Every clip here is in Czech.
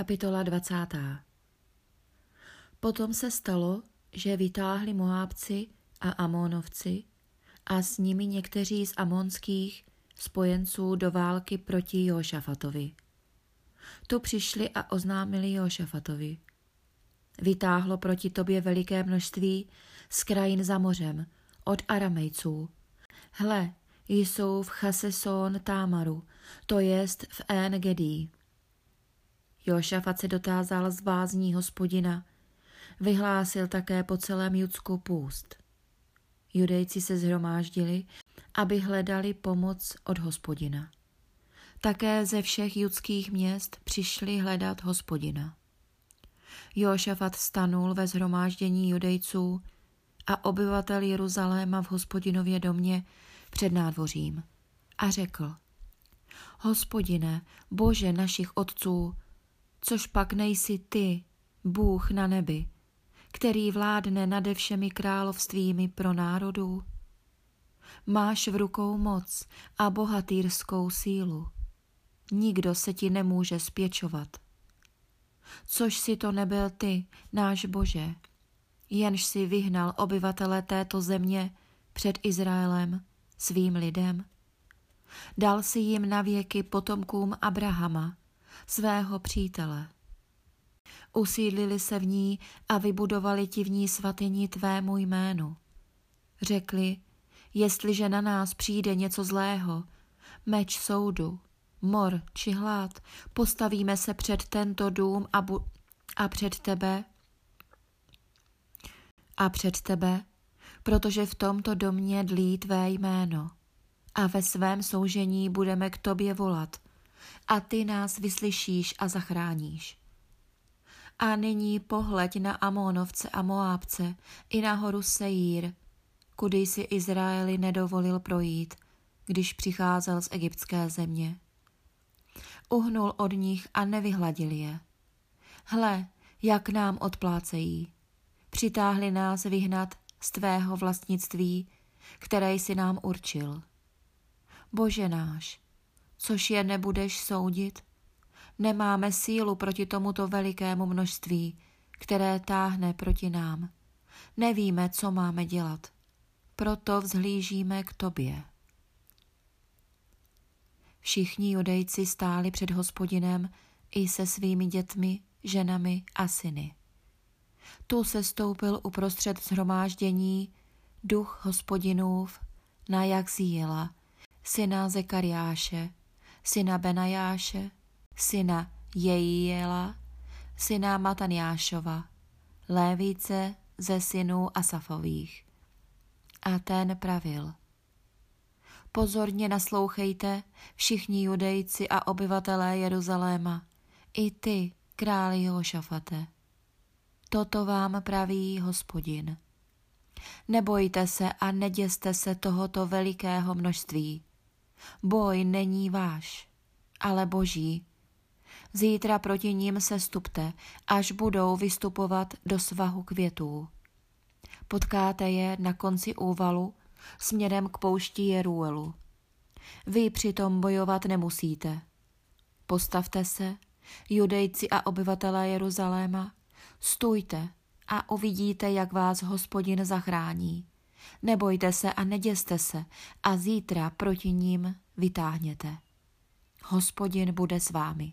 Kapitola 20. Potom se stalo, že vytáhli Moábci a Amonovci a s nimi někteří z amonských spojenců do války proti Jošafatovi. Tu přišli a oznámili Jošafatovi: vytáhlo proti tobě veliké množství z krajin za mořem, od Aramejců. Hle, jsou v Chaseson Támaru, to jest v En Gedí. Jošafat se dotázal z bázní Hospodina, vyhlásil také po celém Judsku půst. Judejci se shromáždili, aby hledali pomoc od Hospodina. Také ze všech judských měst přišli hledat Hospodina. Jošafat stanul ve shromáždění Judejců a obyvatel Jeruzaléma v Hospodinově domě před nádvořím a řekl: Hospodine, Bože našich otců, což pak nejsi ty, Bůh na nebi, který vládne nade všemi královstvími pro národů? Máš v rukou moc a bohatýrskou sílu. Nikdo se ti nemůže spěčovat. Což si to nebyl ty, náš Bože, jenž si vyhnal obyvatele této země před Izraelem, svým lidem. Dal si jim navěky potomkům Abrahama, svého přítele. Usídlili se v ní a vybudovali ti v ní svatyni tvému jménu. Řekli: jestliže na nás přijde něco zlého, meč soudu, mor či hlad, postavíme se před tento dům a před tebe, protože v tomto domě dlí tvé jméno a ve svém soužení budeme k tobě volat a ty nás vyslyšíš a zachráníš. A nyní pohleď na Amonovce a Moábce i na horu Seír, kudy si Izraeli nedovolil projít, když přicházel z egyptské země. Uhnul od nich a nevyhladil je. Hle, jak nám odplácejí. Přitáhli nás vyhnat z tvého vlastnictví, které jsi nám určil. Bože náš, což je nebudeš soudit? Nemáme sílu proti tomuto velikému množství, které táhne proti nám. Nevíme, co máme dělat. Proto vzhlížíme k tobě. Všichni Judejci stáli před Hospodinem i se svými dětmi, ženami a syny. Tu se stoupil uprostřed shromáždění duch Hospodinův na Jachzíela, syna Zekariáše, syna Benajáše, syna Jejíela, syna Mataniášova, Lévíce ze synů Asafových. A ten pravil: pozorně naslouchejte, všichni Judejci a obyvatelé Jeruzaléma, i ty, králi Jošafate. Toto vám praví Hospodin. Nebojte se a neděste se tohoto velikého množství. Boj není váš, ale Boží. Zítra proti ním se stupte, až budou vystupovat do svahu květů. Potkáte je na konci úvalu směrem k poušti Jeruelu. Vy přitom bojovat nemusíte. Postavte se, Judejci a obyvatelé Jeruzaléma, stůjte a uvidíte, jak vás Hospodin zachrání. Nebojte se a neděste se a zítra proti ním vytáhněte. Hospodin bude s vámi.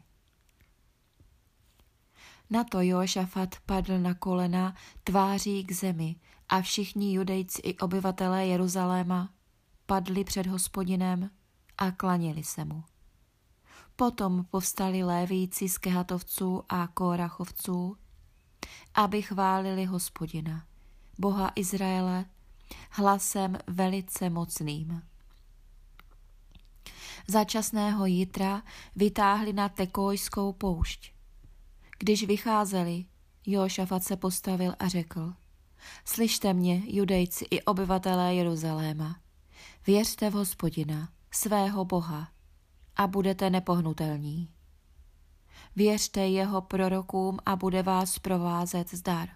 Na to Jošafat padl na kolena tváří k zemi a všichni Judejci i obyvatelé Jeruzaléma padli před Hospodinem a klaněli se mu. Potom povstali Lévíci z Kehatovců a Kórachovců, aby chválili Hospodina, Boha Izraele, hlasem velice mocným. Začasného jitra vytáhli na Tekojskou poušť. Když vycházeli, Jošafat se postavil a řekl: slyšte mě, Judejci i obyvatelé Jeruzaléma, věřte v Hospodina, svého Boha, a budete nepohnutelní. Věřte jeho prorokům a bude vás provázet zdar.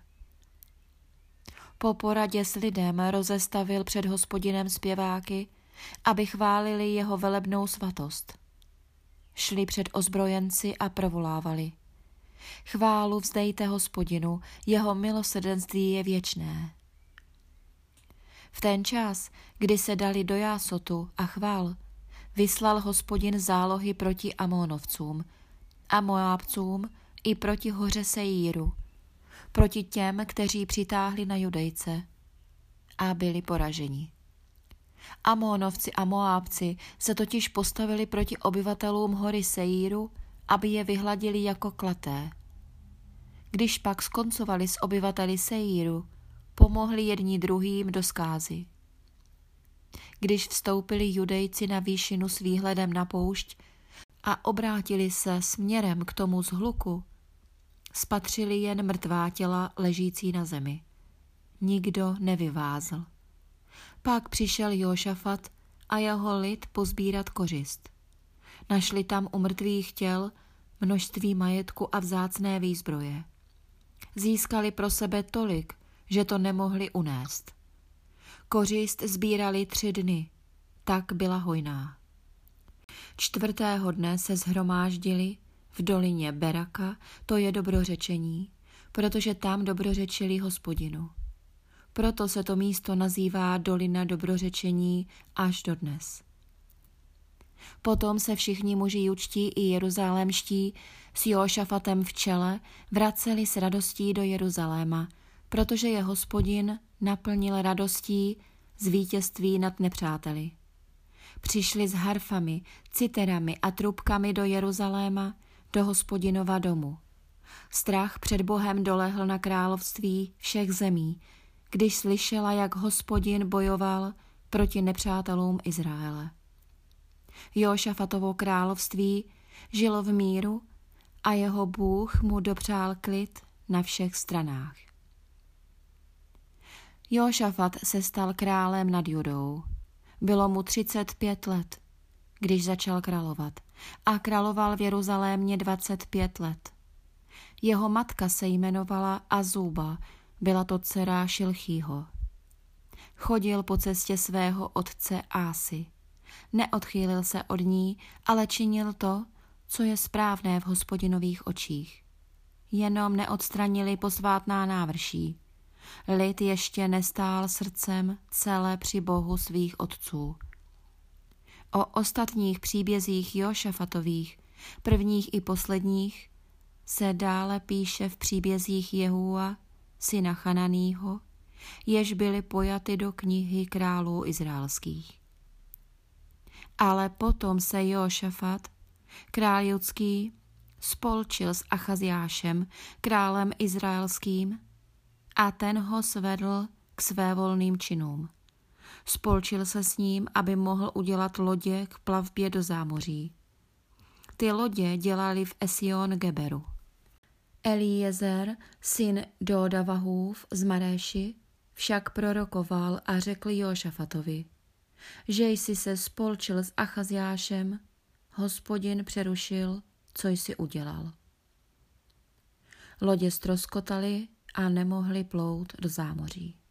Po poradě s lidem rozestavil před Hospodinem zpěváky, aby chválili jeho velebnou svatost. Šli před ozbrojenci a provolávali: Chválu vzdejte Hospodinu, jeho milosrdenství je věčné. V ten čas, kdy se dali do jásotu a chvál, vyslal Hospodin zálohy proti Amónovcům a Moábcům i proti hoře Seíru, proti těm, kteří přitáhli na Judejce a byli poraženi. Amónovci a Moábci se totiž postavili proti obyvatelům hory Seíru, aby je vyhladili jako klaté. Když pak skoncovali s obyvateli Seíru, pomohli jedni druhým do zkázy. Když vstoupili Judejci na výšinu s výhledem na poušť a obrátili se směrem k tomu zhluku, spatřili jen mrtvá těla ležící na zemi. Nikdo nevyvázl. Pak přišel Jošafat a jeho lid pozbírat kořist. Našli tam u mrtvých těl množství majetku a vzácné výzbroje. Získali pro sebe tolik, že to nemohli unést. Kořist sbírali 3 dny, tak byla hojná. 4. dne se shromáždili v dolině Beraka, to je dobrořečení, protože tam dobrořečili Hospodinu. Proto se to místo nazývá dolina dobrořečení až dodnes. Potom se všichni muži jučtí i jeruzalémští s Jošafatem v čele vraceli s radostí do Jeruzaléma, protože je Hospodin naplnil radostí z vítězství nad nepřáteli. Přišli s harfami, citerami a trubkami do Jeruzaléma, do Hospodinova domu. Strach před Bohem dolehl na království všech zemí, když slyšela, jak Hospodin bojoval proti nepřátelům Izraele. Jošafatovo království žilo v míru a jeho Bůh mu dopřál klid na všech stranách. Jošafat se stal králem nad Judou. Bylo mu 35 let, když začal královat, a královal v Jeruzalémě 25 let. Jeho matka se jmenovala Azúba, byla to dcera Šilchího. Chodil po cestě svého otce Ásy. Neodchýlil se od ní, ale činil to, co je správné v Hospodinových očích. Jenom neodstranili posvátná návrší. Lid ještě nestál srdcem celé při Bohu svých otců. O ostatních příbězích Jošafatových, prvních i posledních, se dále píše v příbězích Jehua, syna Chananího, jež byly pojaty do knihy králů izraelských. Ale potom se Jošafat, král judský, spolčil s Achazjášem, králem izraelským, a ten ho svedl k svévolným činům. Spolčil se s ním, aby mohl udělat lodě k plavbě do zámoří. Ty lodě dělali v Esion Geberu. Eliezer, syn Dodavahův z Maréši, však prorokoval a řekl Jošafatovi, že jsi se spolčil s Achazjášem, Hospodin přerušil, co jsi udělal. Lodě ztroskotaly a nemohli plout do zámoří.